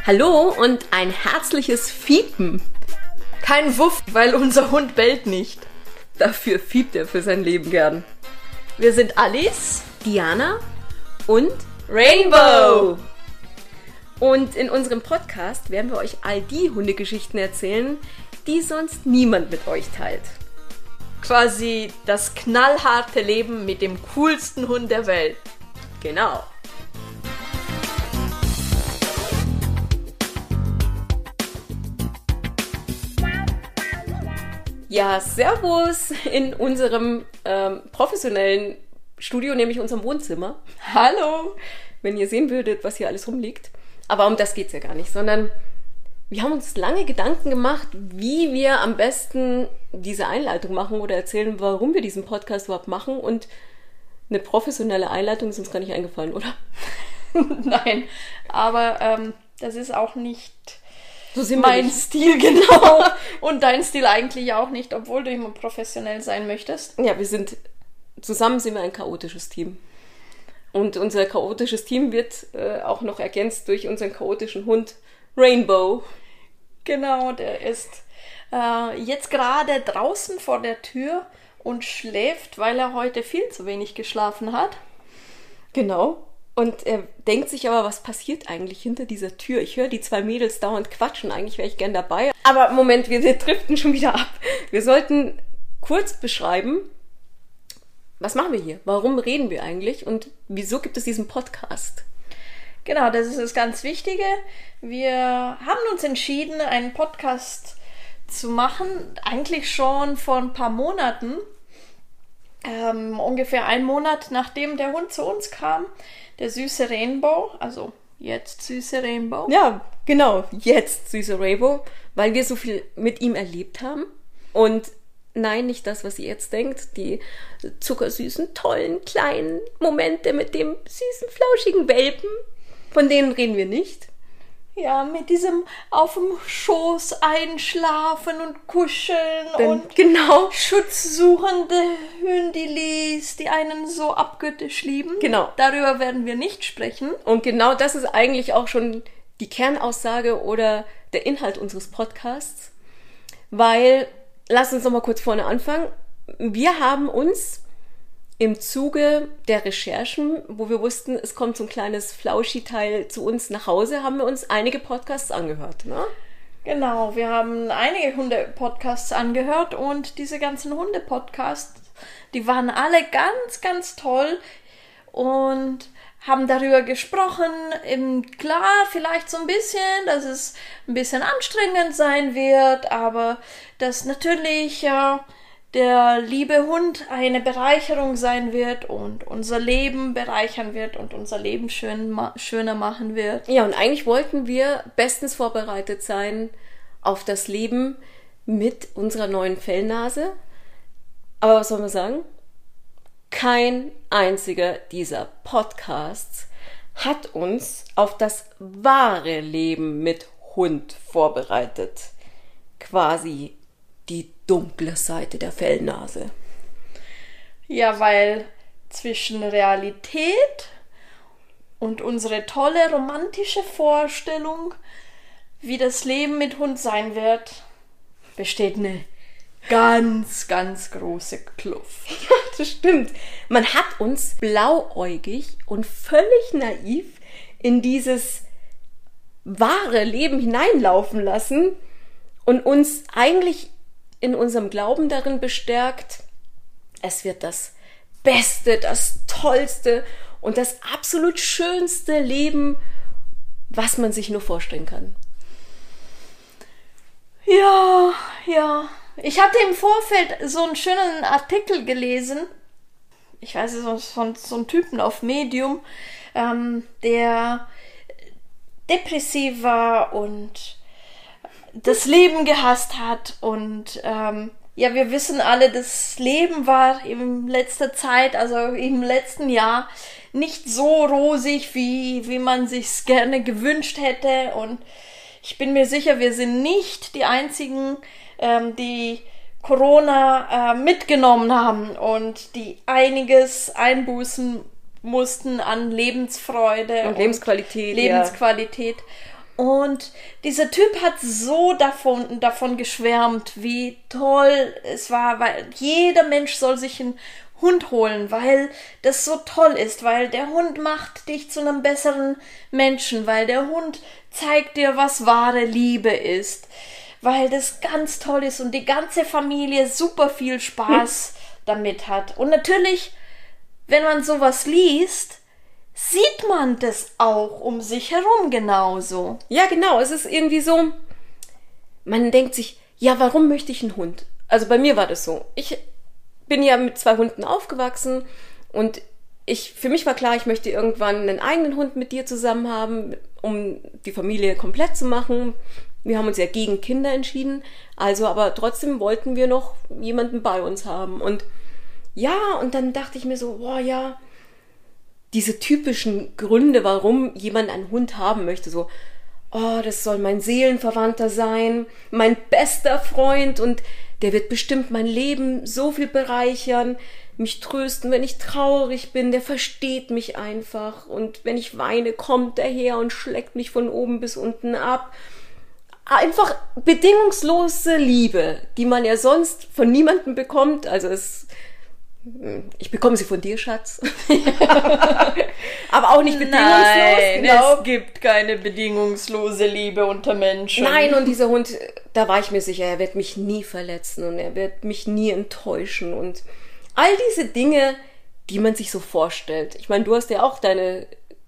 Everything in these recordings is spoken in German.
Hallo und ein herzliches Fiepen. Kein Wuff, weil unser Hund bellt nicht. Dafür fiebt er für sein Leben gern. Wir sind Alice, Diana und Rainbow. Und in unserem Podcast werden wir euch all die Hundegeschichten erzählen, die sonst niemand mit euch teilt. Quasi das knallharte Leben mit dem coolsten Hund der Welt. Genau. Ja, servus in unserem professionellen Studio, nämlich unserem Wohnzimmer. Hallo! Wenn ihr sehen würdet, was hier alles rumliegt. Aber um das geht's ja gar nicht, sondern wir haben uns lange Gedanken gemacht, wie wir am besten diese Einleitung machen oder erzählen, warum wir diesen Podcast überhaupt machen. Und eine professionelle Einleitung ist uns gar nicht eingefallen, oder? Nein, aber das ist auch nicht so mein Stil, genau. Und dein Stil eigentlich auch nicht, obwohl du immer professionell sein möchtest. Ja, zusammen sind wir ein chaotisches Team. Und unser chaotisches Team wird auch noch ergänzt durch unseren chaotischen Hund Rainbow. Genau, der ist jetzt gerade draußen vor der Tür und schläft, weil er heute viel zu wenig geschlafen hat. Genau. Und er denkt sich aber, was passiert eigentlich hinter dieser Tür? Ich höre die zwei Mädels dauernd quatschen, eigentlich wäre ich gern dabei. Aber Moment, wir driften schon wieder ab. Wir sollten kurz beschreiben, was machen wir hier? Warum reden wir eigentlich? Und wieso gibt es diesen Podcast? Genau, das ist das ganz Wichtige. Wir haben uns entschieden, einen Podcast zu machen, eigentlich schon vor ein paar Monaten. Ungefähr einen Monat, nachdem der Hund zu uns kam. Der süße Rainbow, also jetzt süße Rainbow. Ja, genau, jetzt süße Rainbow, weil wir so viel mit ihm erlebt haben. Und nein, nicht das, was ihr jetzt denkt, die zuckersüßen, tollen, kleinen Momente mit dem süßen, flauschigen Welpen, von denen reden wir nicht. Ja, mit diesem auf dem Schoß einschlafen und kuscheln und genau schutzsuchende Hündilis, die einen so abgöttisch lieben. Genau. Darüber werden wir nicht sprechen. Und genau das ist eigentlich auch schon die Kernaussage oder der Inhalt unseres Podcasts. Weil, lass uns noch mal kurz vorne anfangen. Wir haben uns im Zuge der Recherchen, wo wir wussten, es kommt so ein kleines Flauschi-Teil zu uns nach Hause, haben wir uns einige Podcasts angehört, ne? Genau, wir haben einige Hunde-Podcasts angehört und diese ganzen Hunde-Podcasts, die waren alle ganz, ganz toll und haben darüber gesprochen, klar, vielleicht so ein bisschen, dass es ein bisschen anstrengend sein wird, aber dass natürlich der liebe Hund eine Bereicherung sein wird und unser Leben bereichern wird und unser Leben schöner machen wird. Ja, und eigentlich wollten wir bestens vorbereitet sein auf das Leben mit unserer neuen Fellnase. Aber was soll man sagen? Kein einziger dieser Podcasts hat uns auf das wahre Leben mit Hund vorbereitet. Quasi die dunkle Seite der Fellnase. Ja, weil zwischen Realität und unsere tolle romantische Vorstellung, wie das Leben mit Hund sein wird, besteht eine ganz, ganz große Kluft. Ja, das stimmt. Man hat uns blauäugig und völlig naiv in dieses wahre Leben hineinlaufen lassen und uns eigentlich in unserem Glauben darin bestärkt, es wird das beste, das tollste und das absolut schönste Leben, was man sich nur vorstellen kann. Ja. Ich hatte im Vorfeld so einen schönen Artikel gelesen. Ich weiß nicht, so einen Typen auf Medium, der depressiv war und das Leben gehasst hat und wir wissen alle, das Leben war in letzter Zeit, also im letzten Jahr, nicht so rosig, wie man sich's gerne gewünscht hätte und ich bin mir sicher, wir sind nicht die einzigen, die Corona mitgenommen haben und die einiges einbußen mussten an Lebensfreude und Lebensqualität. Und dieser Typ hat so davon geschwärmt, wie toll es war, weil jeder Mensch soll sich einen Hund holen, weil das so toll ist, weil der Hund macht dich zu einem besseren Menschen, weil der Hund zeigt dir, was wahre Liebe ist, weil das ganz toll ist und die ganze Familie super viel Spaß damit hat. Und natürlich, wenn man sowas liest, sieht man das auch um sich herum genauso. Ja, genau. Es ist irgendwie so, man denkt sich, ja, warum möchte ich einen Hund? Also bei mir war das so. Ich bin ja mit 2 Hunden aufgewachsen und für mich war klar, ich möchte irgendwann einen eigenen Hund mit dir zusammen haben, um die Familie komplett zu machen. Wir haben uns ja gegen Kinder entschieden, also aber trotzdem wollten wir noch jemanden bei uns haben. Und ja, und dann dachte ich mir so, boah, ja, diese typischen Gründe, warum jemand einen Hund haben möchte, so, oh, das soll mein Seelenverwandter sein, mein bester Freund und der wird bestimmt mein Leben so viel bereichern, mich trösten, wenn ich traurig bin, der versteht mich einfach und wenn ich weine, kommt er her und schlägt mich von oben bis unten ab. Einfach bedingungslose Liebe, die man ja sonst von niemandem bekommt, also ich bekomme sie von dir, Schatz. Aber auch nicht bedingungslos. Nein, genau. Es gibt keine bedingungslose Liebe unter Menschen. Nein, und dieser Hund, da war ich mir sicher, er wird mich nie verletzen und er wird mich nie enttäuschen und all diese Dinge, die man sich so vorstellt. Ich meine, du hast ja auch deine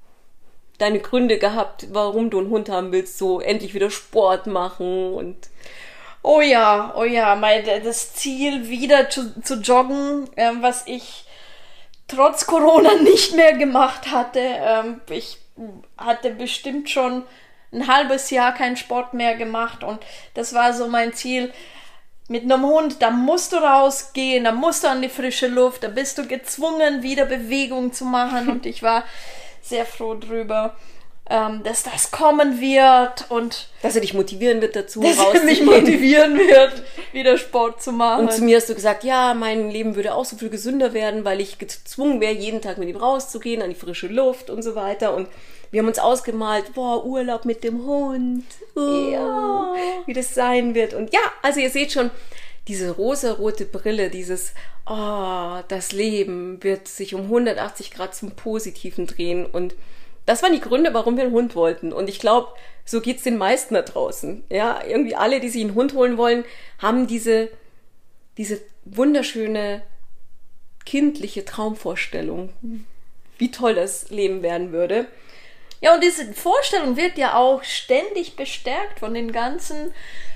Gründe gehabt, warum du einen Hund haben willst, so endlich wieder Sport machen und Oh ja, das Ziel wieder zu joggen, was ich trotz Corona nicht mehr gemacht hatte. Ich hatte bestimmt schon ein halbes Jahr keinen Sport mehr gemacht und das war so mein Ziel. Mit einem Hund, da musst du rausgehen, da musst du an die frische Luft, da bist du gezwungen, wieder Bewegung zu machen und ich war sehr froh drüber, dass das kommen wird und dass er dich motivieren wird dazu, dass er mich motivieren wird, wieder Sport zu machen. Und zu mir hast du gesagt, ja, mein Leben würde auch so viel gesünder werden, weil ich gezwungen wäre, jeden Tag mit ihm rauszugehen, an die frische Luft und so weiter. Und wir haben uns ausgemalt, boah, Urlaub mit dem Hund, ja, wie das sein wird. Und ja, also ihr seht schon, diese rosarote Brille, dieses, das Leben wird sich um 180 Grad zum Positiven drehen und das waren die Gründe, warum wir einen Hund wollten. Und ich glaube, so geht's den meisten da draußen. Ja, irgendwie alle, die sich einen Hund holen wollen, haben diese wunderschöne, kindliche Traumvorstellung, wie toll das Leben werden würde. Ja, und diese Vorstellung wird ja auch ständig bestärkt von den ganzen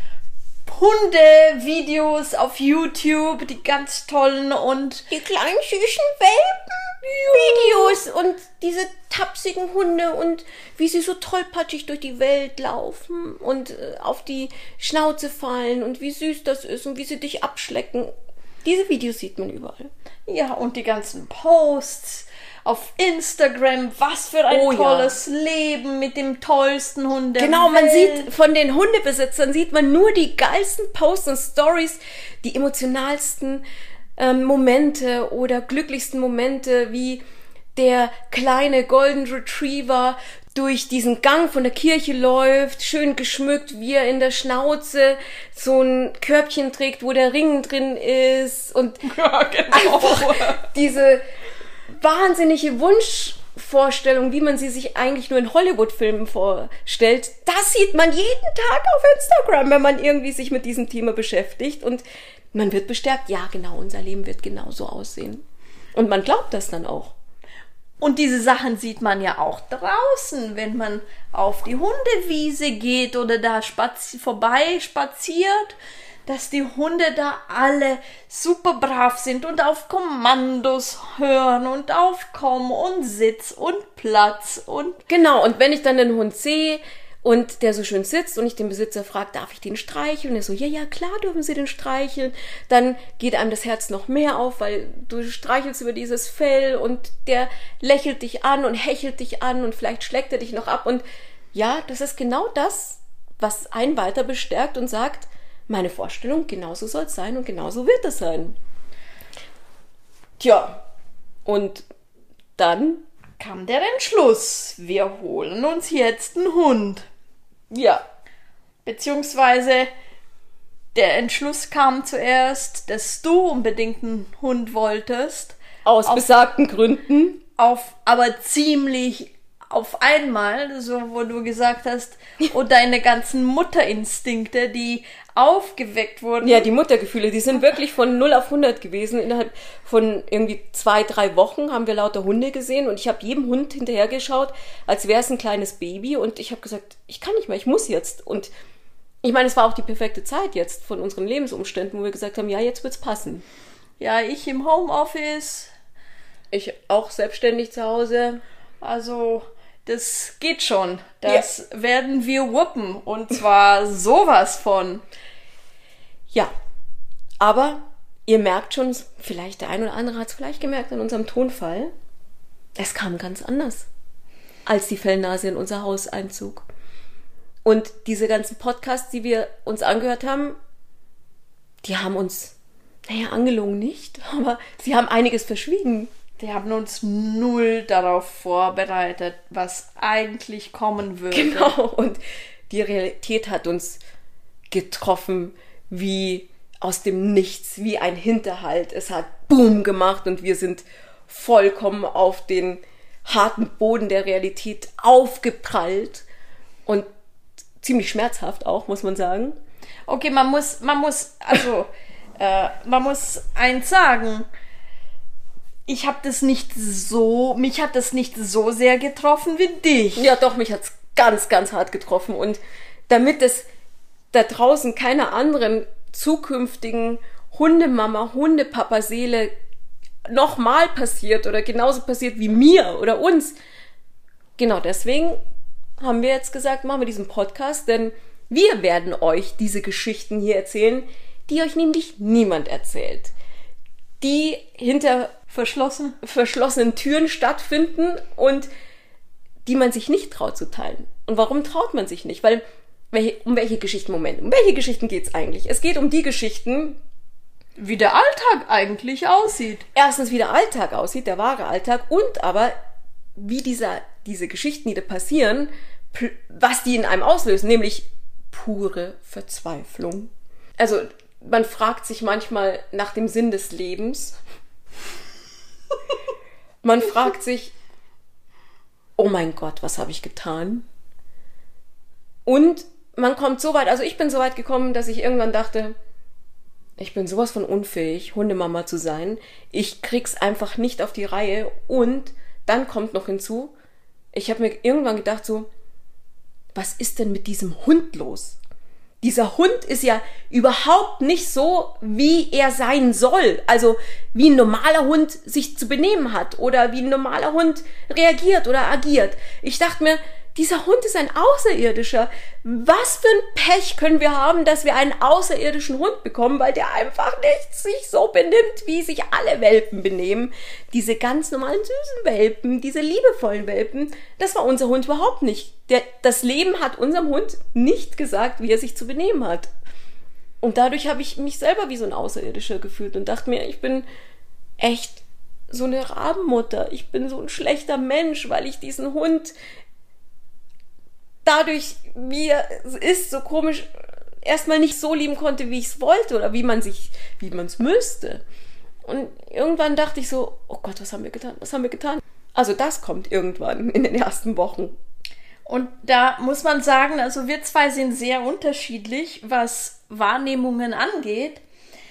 Hunde-Videos auf YouTube, die ganz tollen und die kleinen süßen Welpen-Videos und diese tapsigen Hunde und wie sie so tollpatschig durch die Welt laufen und auf die Schnauze fallen und wie süß das ist und wie sie dich abschlecken. Diese Videos sieht man überall. Ja, und die ganzen Posts auf Instagram, was für ein tolles Leben mit dem tollsten Hund der Genau, Welt. Man sieht von den Hundebesitzern, sieht man nur die geilsten Posts und Stories, die emotionalsten Momente oder glücklichsten Momente, wie der kleine Golden Retriever durch diesen Gang von der Kirche läuft, schön geschmückt, wie er in der Schnauze so ein Körbchen trägt, wo der Ring drin ist und ja, genau. Einfach diese wahnsinnige Wunschvorstellung, wie man sie sich eigentlich nur in Hollywood-Filmen vorstellt, das sieht man jeden Tag auf Instagram, wenn man irgendwie sich mit diesem Thema beschäftigt und man wird bestärkt, ja genau, unser Leben wird genauso aussehen. Und man glaubt das dann auch. Und diese Sachen sieht man ja auch draußen, wenn man auf die Hundewiese geht oder da vorbei spaziert, dass die Hunde da alle super brav sind und auf Kommandos hören und aufkommen und Sitz und Platz und... Genau, und wenn ich dann den Hund sehe und der so schön sitzt und ich den Besitzer frage, darf ich den streicheln? Und er so, ja, klar dürfen Sie den streicheln. Dann geht einem das Herz noch mehr auf, weil du streichelst über dieses Fell und der lächelt dich an und hechelt dich an und vielleicht schlägt er dich noch ab. Und ja, das ist genau das, was einen weiter bestärkt und sagt, meine Vorstellung, genauso soll es sein und genauso wird es sein. Tja, und dann kam der Entschluss, wir holen uns jetzt einen Hund. Ja. Beziehungsweise der Entschluss kam zuerst, dass du unbedingt einen Hund wolltest. Aus besagten Gründen. Aber ziemlich auf einmal, so wo du gesagt hast, und deine ganzen Mutterinstinkte, die aufgeweckt wurden. Ja, die Muttergefühle, die sind wirklich von 0 auf 100 gewesen. Innerhalb von irgendwie 2-3 Wochen haben wir lauter Hunde gesehen und ich habe jedem Hund hinterhergeschaut, als wäre es ein kleines Baby und ich habe gesagt, ich kann nicht mehr, ich muss jetzt. Und ich meine, es war auch die perfekte Zeit jetzt von unseren Lebensumständen, wo wir gesagt haben, ja, jetzt wird's passen. Ja, ich im Homeoffice. Ich auch selbstständig zu Hause. Also, das geht schon. Das werden wir wuppen. Und zwar sowas von. Ja, aber ihr merkt schon, vielleicht der ein oder andere hat es vielleicht gemerkt an unserem Tonfall, es kam ganz anders, als die Fellnase in unser Haus einzog. Und diese ganzen Podcasts, die wir uns angehört haben, die haben uns, angelogen nicht, aber sie haben einiges verschwiegen. Die haben uns null darauf vorbereitet, was eigentlich kommen würde. Genau, und die Realität hat uns getroffen wie aus dem Nichts, wie ein Hinterhalt. Es hat Boom gemacht und wir sind vollkommen auf den harten Boden der Realität aufgeprallt und ziemlich schmerzhaft auch, muss man sagen. Okay, man muss eins sagen. Mich hat das nicht so sehr getroffen wie dich. Ja, doch, mich hat's ganz, ganz hart getroffen. Und damit es da draußen keiner anderen zukünftigen Hundemama, Hundepapa-Seele nochmal passiert oder genauso passiert wie mir oder uns. Genau deswegen haben wir jetzt gesagt, machen wir diesen Podcast, denn wir werden euch diese Geschichten hier erzählen, die euch nämlich niemand erzählt. Die hinter verschlossenen Türen stattfinden und die man sich nicht traut zu teilen. Und warum traut man sich nicht? Weil, um welche Geschichten geht's eigentlich? Es geht um die Geschichten, wie der Alltag eigentlich aussieht. Erstens, wie der Alltag aussieht, der wahre Alltag, und aber wie diese Geschichten, die da passieren, was die in einem auslösen, nämlich pure Verzweiflung. Also, man fragt sich manchmal nach dem Sinn des Lebens. Man fragt sich, oh mein Gott, was habe ich getan? Und man kommt so weit, also ich bin so weit gekommen, dass ich irgendwann dachte, ich bin sowas von unfähig, Hundemama zu sein. Ich krieg's einfach nicht auf die Reihe. Und dann kommt noch hinzu, ich habe mir irgendwann gedacht so, was ist denn mit diesem Hund los? Dieser Hund ist ja überhaupt nicht so, wie er sein soll. Also wie ein normaler Hund sich zu benehmen hat oder wie ein normaler Hund reagiert oder agiert. Ich dachte mir, dieser Hund ist ein Außerirdischer. Was für ein Pech können wir haben, dass wir einen außerirdischen Hund bekommen, weil der einfach nicht sich so benimmt, wie sich alle Welpen benehmen. Diese ganz normalen süßen Welpen, diese liebevollen Welpen, das war unser Hund überhaupt nicht. Das Leben hat unserem Hund nicht gesagt, wie er sich zu benehmen hat. Und dadurch habe ich mich selber wie so ein Außerirdischer gefühlt und dachte mir, ich bin echt so eine Rabenmutter. Ich bin so ein schlechter Mensch, weil ich diesen Hund dadurch, wie er ist, so komisch erstmal nicht so lieben konnte, wie ich es wollte oder wie man es müsste. Und irgendwann dachte ich so, oh Gott, was haben wir getan? Also das kommt irgendwann in den ersten Wochen. Und da muss man sagen, also wir zwei sind sehr unterschiedlich, was Wahrnehmungen angeht.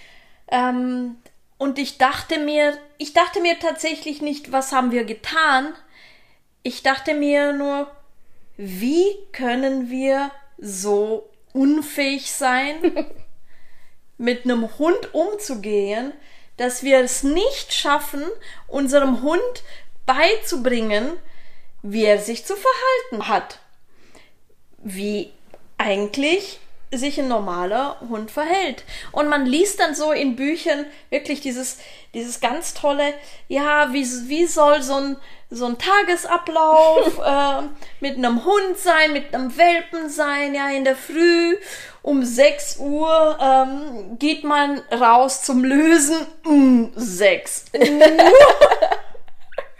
Und ich dachte mir tatsächlich nicht, was haben wir getan? Ich dachte mir nur, wie können wir so unfähig sein, mit einem Hund umzugehen, dass wir es nicht schaffen, unserem Hund beizubringen, wie er sich zu verhalten hat. Wie eigentlich sich ein normaler Hund verhält. Und man liest dann so in Büchern wirklich dieses ganz tolle, ja, wie soll so ein Tagesablauf mit einem Hund sein, mit einem Welpen sein, ja, in der Früh um 6 Uhr geht man raus zum Lösen, 6 Uhr.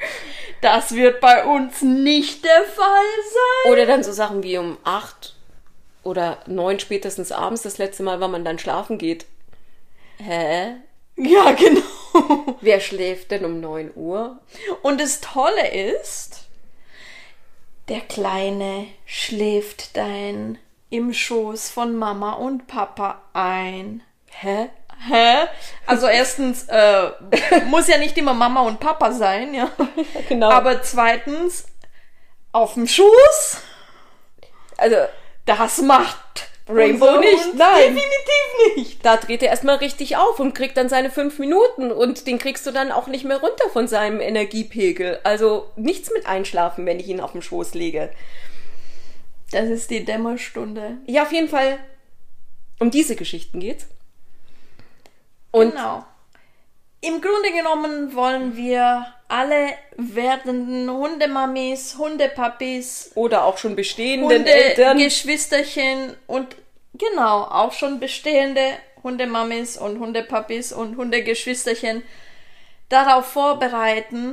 Das wird bei uns nicht der Fall sein. Oder dann so Sachen wie um 8 oder 9 spätestens abends das letzte Mal, wann man dann schlafen geht. Hä? Ja, genau. Wer schläft denn um 9 Uhr? Und das Tolle ist, der Kleine schläft dann im Schoß von Mama und Papa ein. Hä? Also erstens muss ja nicht immer Mama und Papa sein, ja. Genau. Aber zweitens auf dem Schoß. Also, Das macht Rainbow unser nicht, Hund nein. Definitiv nicht. da dreht er erstmal richtig auf und kriegt dann seine 5 Minuten und den kriegst du dann auch nicht mehr runter von seinem Energiepegel. Also nichts mit einschlafen, wenn ich ihn auf dem Schoß lege. Das ist die Dämmerstunde. Ja, auf jeden Fall um diese Geschichten geht's. Und Genau. Im Grunde genommen wollen wir alle werdenden Hundemamis, Hundepapis, oder auch schon bestehenden Eltern. Hundegeschwisterchen und genau, auch schon bestehende Hundemamis und Hundepapis und Hundegeschwisterchen darauf vorbereiten,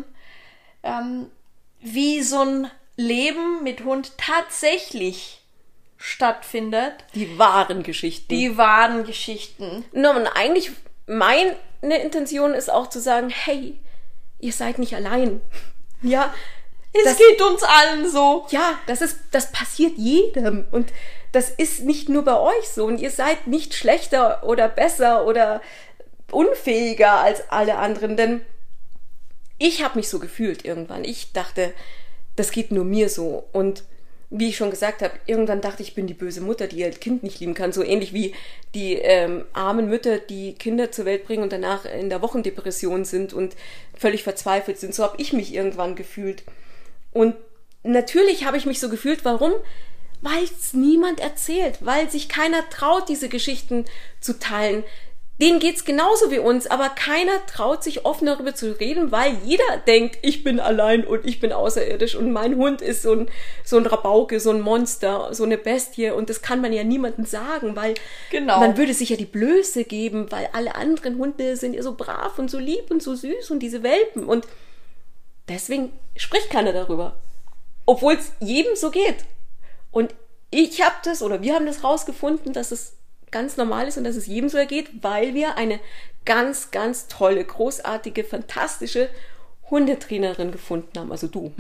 wie so ein Leben mit Hund tatsächlich stattfindet. Die wahren Geschichten. Die wahren Geschichten. No, und eigentlich meine Intention ist auch zu sagen, hey, ihr seid nicht allein. Ja, Es geht uns allen so. ja, das passiert jedem. Und das ist nicht nur bei euch so. Und ihr seid nicht schlechter oder besser oder unfähiger als alle anderen. Denn ich habe mich so gefühlt irgendwann. Ich dachte, das geht nur mir so. Und wie ich schon gesagt habe, irgendwann dachte ich, bin die böse Mutter, die ihr Kind nicht lieben kann. So ähnlich wie die armen Mütter, die Kinder zur Welt bringen und danach in der Wochendepression sind und völlig verzweifelt sind. So habe ich mich irgendwann gefühlt. Und natürlich habe ich mich so gefühlt. Warum? Weil es niemand erzählt, weil sich keiner traut, diese Geschichten zu teilen. Denen geht's genauso wie uns, aber keiner traut sich offen darüber zu reden, weil jeder denkt, ich bin allein und ich bin außerirdisch und mein Hund ist so ein Rabauke, so ein Monster, so eine Bestie und das kann man ja niemandem sagen, weil Genau. man würde sich ja die Blöße geben, weil alle anderen Hunde sind ja so brav und so lieb und so süß und diese Welpen und deswegen spricht keiner darüber, obwohl es jedem so geht. Und wir haben das rausgefunden, dass es ganz normal ist und dass es jedem so ergeht, weil wir eine ganz, ganz tolle, großartige, fantastische Hundetrainerin gefunden haben. Also du.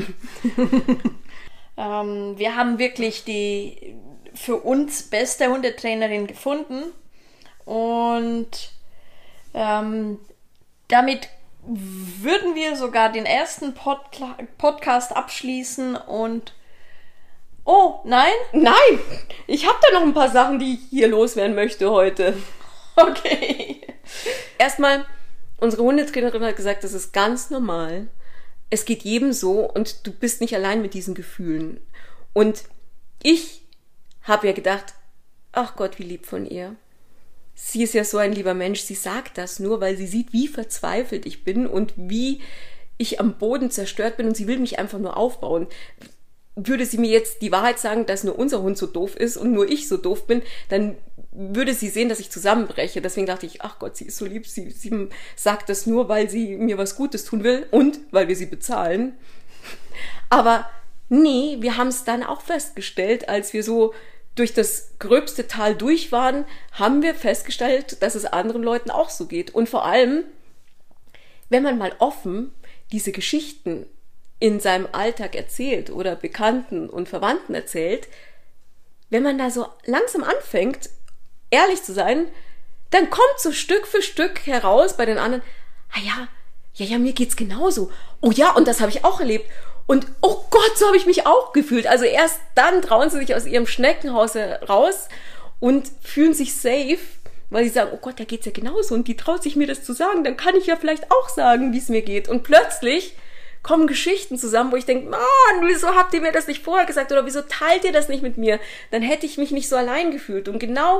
Wir haben wirklich die für uns beste Hundetrainerin gefunden und damit würden wir sogar den ersten Podcast abschließen und oh, nein? Nein, ich habe da noch ein paar Sachen, die ich hier loswerden möchte heute. Okay. Erstmal, unsere Hundetrainerin hat gesagt, das ist ganz normal. Es geht jedem so und du bist nicht allein mit diesen Gefühlen. Und ich habe ja gedacht, ach Gott, wie lieb von ihr. Sie ist ja so ein lieber Mensch. Sie sagt das nur, weil sie sieht, wie verzweifelt ich bin und wie ich am Boden zerstört bin und sie will mich einfach nur aufbauen. Würde sie mir jetzt die Wahrheit sagen, dass nur unser Hund so doof ist und nur ich so doof bin, dann würde sie sehen, dass ich zusammenbreche. Deswegen dachte ich, ach Gott, sie ist so lieb. Sie sagt das nur, weil sie mir was Gutes tun will und weil wir sie bezahlen. Aber nee, wir haben es dann auch festgestellt, als wir so durch das gröbste Tal durch waren, haben wir festgestellt, dass es anderen Leuten auch so geht. Und vor allem, wenn man mal offen diese Geschichten in seinem Alltag erzählt oder Bekannten und Verwandten erzählt, wenn man da so langsam anfängt, ehrlich zu sein, dann kommt so Stück für Stück heraus bei den anderen, ja, mir geht's genauso. Oh ja, und das habe ich auch erlebt. Und oh Gott, so habe ich mich auch gefühlt. Also erst dann trauen sie sich aus ihrem Schneckenhaus heraus und fühlen sich safe, weil sie sagen, oh Gott, da geht's ja genauso. Und die traut sich mir das zu sagen, dann kann ich ja vielleicht auch sagen, wie es mir geht. Und plötzlich kommen Geschichten zusammen, wo ich denke, Mann, wieso habt ihr mir das nicht vorher gesagt oder wieso teilt ihr das nicht mit mir? Dann hätte ich mich nicht so allein gefühlt. Und genau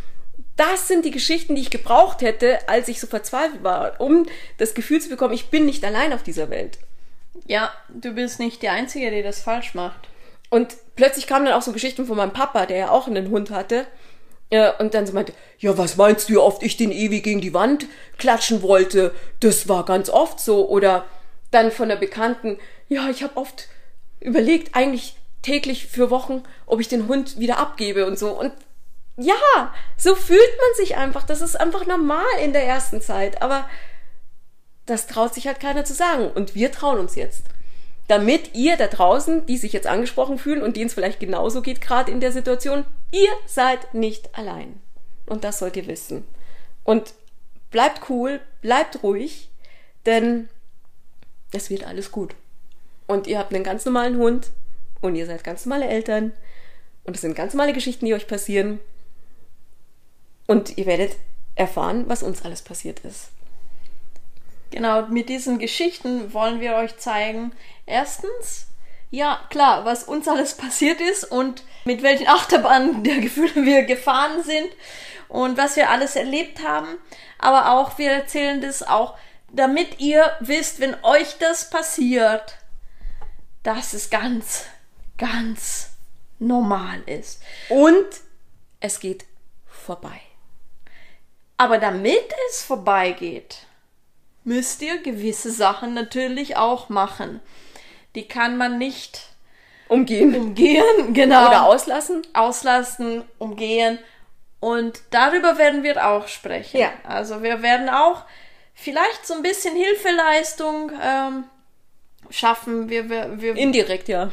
das sind die Geschichten, die ich gebraucht hätte, als ich so verzweifelt war, um das Gefühl zu bekommen, ich bin nicht allein auf dieser Welt. Ja, du bist nicht die Einzige, die das falsch macht. Und plötzlich kamen dann auch so Geschichten von meinem Papa, der ja auch einen Hund hatte, und dann so meinte, ja, was meinst du, wie oft ich den ewig gegen die Wand klatschen wollte? Das war ganz oft so. Oder dann von der Bekannten, ja, ich habe oft überlegt, eigentlich täglich für Wochen, ob ich den Hund wieder abgebe und so. Und ja, so fühlt man sich einfach. Das ist einfach normal in der ersten Zeit. Aber das traut sich halt keiner zu sagen. Und wir trauen uns jetzt. Damit ihr da draußen, die sich jetzt angesprochen fühlen und denen es vielleicht genauso geht, gerade in der Situation, ihr seid nicht allein. Und das sollt ihr wissen. Und bleibt cool, bleibt ruhig, denn es wird alles gut. Und ihr habt einen ganz normalen Hund und ihr seid ganz normale Eltern und es sind ganz normale Geschichten, die euch passieren. Und ihr werdet erfahren, was uns alles passiert ist. Genau, mit diesen Geschichten wollen wir euch zeigen, erstens, ja klar, was uns alles passiert ist und mit welchen Achterbahnen der Gefühle wir gefahren sind und was wir alles erlebt haben. Aber auch, wir erzählen das auch, damit ihr wisst, wenn euch das passiert, dass es ganz, ganz normal ist. Und es geht vorbei. Aber damit es vorbeigeht, müsst ihr gewisse Sachen natürlich auch machen. Die kann man nicht umgehen, genau. Oder auslassen. Auslassen, umgehen. Und darüber werden wir auch sprechen. Ja. Also wir werden auch vielleicht so ein bisschen Hilfeleistung schaffen. Wir indirekt, ja.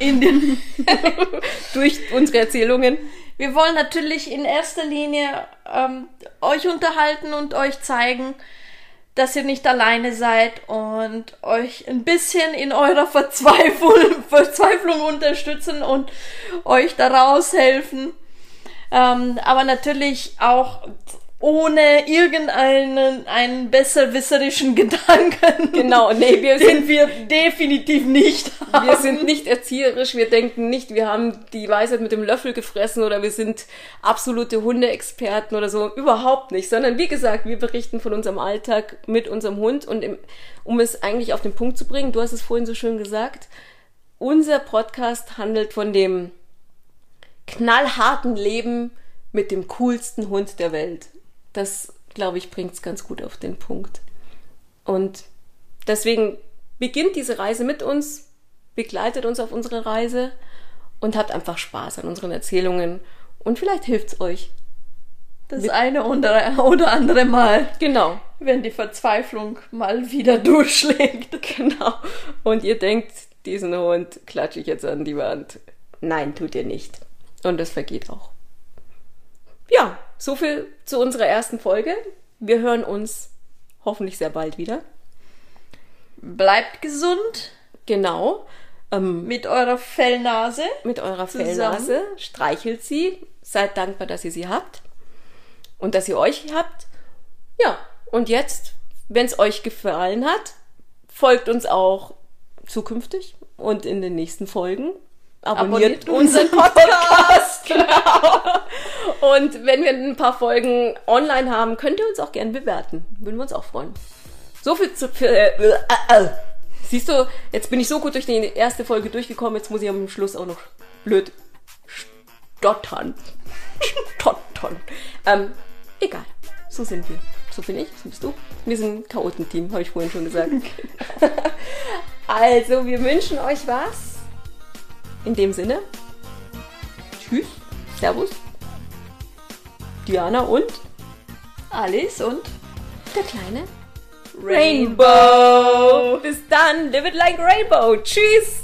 Durch unsere Erzählungen. Wir wollen natürlich in erster Linie euch unterhalten und euch zeigen, dass ihr nicht alleine seid und euch ein bisschen in eurer Verzweiflung unterstützen und euch daraus helfen. Aber natürlich auch ohne einen besserwisserischen Gedanken. Genau, nee, den wir definitiv nicht haben. Wir sind nicht erzieherisch, wir denken nicht, wir haben die Weisheit mit dem Löffel gefressen oder wir sind absolute Hundeexperten oder so. Überhaupt nicht, sondern wie gesagt, wir berichten von unserem Alltag mit unserem Hund und um es eigentlich auf den Punkt zu bringen, du hast es vorhin so schön gesagt, unser Podcast handelt von dem knallharten Leben mit dem coolsten Hund der Welt. Das, glaube ich, bringt es ganz gut auf den Punkt. Und deswegen beginnt diese Reise mit uns, begleitet uns auf unsere Reise und habt einfach Spaß an unseren Erzählungen. Und vielleicht hilft es euch. Das eine oder andere Mal. Genau. Wenn die Verzweiflung mal wieder durchschlägt. Genau. Und ihr denkt, diesen Hund klatsche ich jetzt an die Wand. Nein, tut ihr nicht. Und das vergeht auch. Ja, so viel zu unserer ersten Folge. Wir hören uns hoffentlich sehr bald wieder. Bleibt gesund. Genau. Mit eurer Fellnase. Mit eurer Fellnase. Streichelt sie. Seid dankbar, dass ihr sie habt. Und dass ihr euch habt. Ja, und jetzt, wenn es euch gefallen hat, folgt uns auch zukünftig und in den nächsten Folgen. Abonniert unseren Podcast. Genau. Und wenn wir ein paar Folgen online haben, könnt ihr uns auch gerne bewerten. Würden wir uns auch freuen. So viel Siehst du, jetzt bin ich so gut durch die erste Folge durchgekommen, jetzt muss ich am Schluss auch noch blöd stottern. Egal, so sind wir. So bin ich, so bist du. Wir sind ein Chaotenteam, habe ich vorhin schon gesagt. Also, wir wünschen euch was. In dem Sinne, tschüss, servus, Diana und Alice und der kleine Rainbow. Bis dann, live it like Rainbow. Tschüss.